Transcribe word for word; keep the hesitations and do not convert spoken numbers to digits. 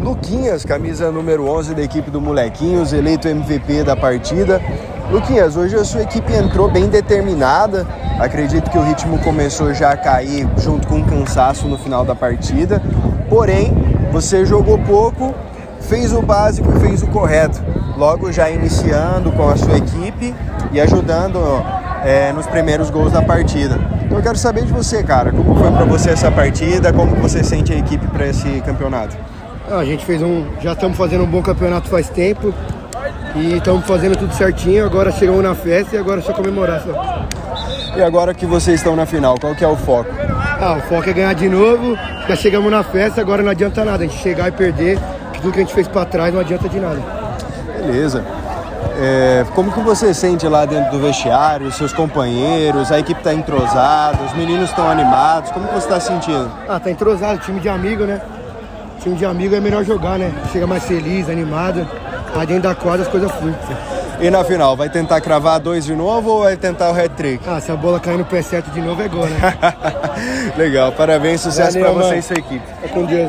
Luquinhas, camisa número onze da equipe do Molequinhos, eleito M V P da partida. Luquinhas, hoje a sua equipe entrou bem determinada. Acredito que o ritmo começou já a cair junto com o cansaço no final da partida. Porém, você jogou pouco, fez o básico e fez o correto. Logo já iniciando com a sua equipe e ajudando é, nos primeiros gols da partida. Então eu quero saber de você, cara, como foi para você essa partida, como você sente a equipe para esse campeonato? A gente fez um, já estamos fazendo um bom campeonato faz tempo e estamos fazendo tudo certinho, agora chegamos na festa e agora é só comemorar só. E agora que vocês estão na final, qual que é o foco? Ah, o foco é ganhar de novo, já chegamos na festa, agora não adianta nada, a gente chegar e perder, que tudo que a gente fez para trás não adianta de nada. Beleza. É, como que você sente lá dentro do vestiário, seus companheiros, a equipe está entrosada, os meninos estão animados, como que você está sentindo? Ah, tá entrosado, time de amigo, né? Time de amigo é melhor jogar, né? Chega mais feliz, animado, aí dentro da quadra as coisas fluem. E na final, vai tentar cravar dois de novo ou vai tentar o hat-trick? Ah, se a bola cair no pé certo de novo é gol, né? Legal, parabéns, sucesso para você e sua equipe. É com Deus.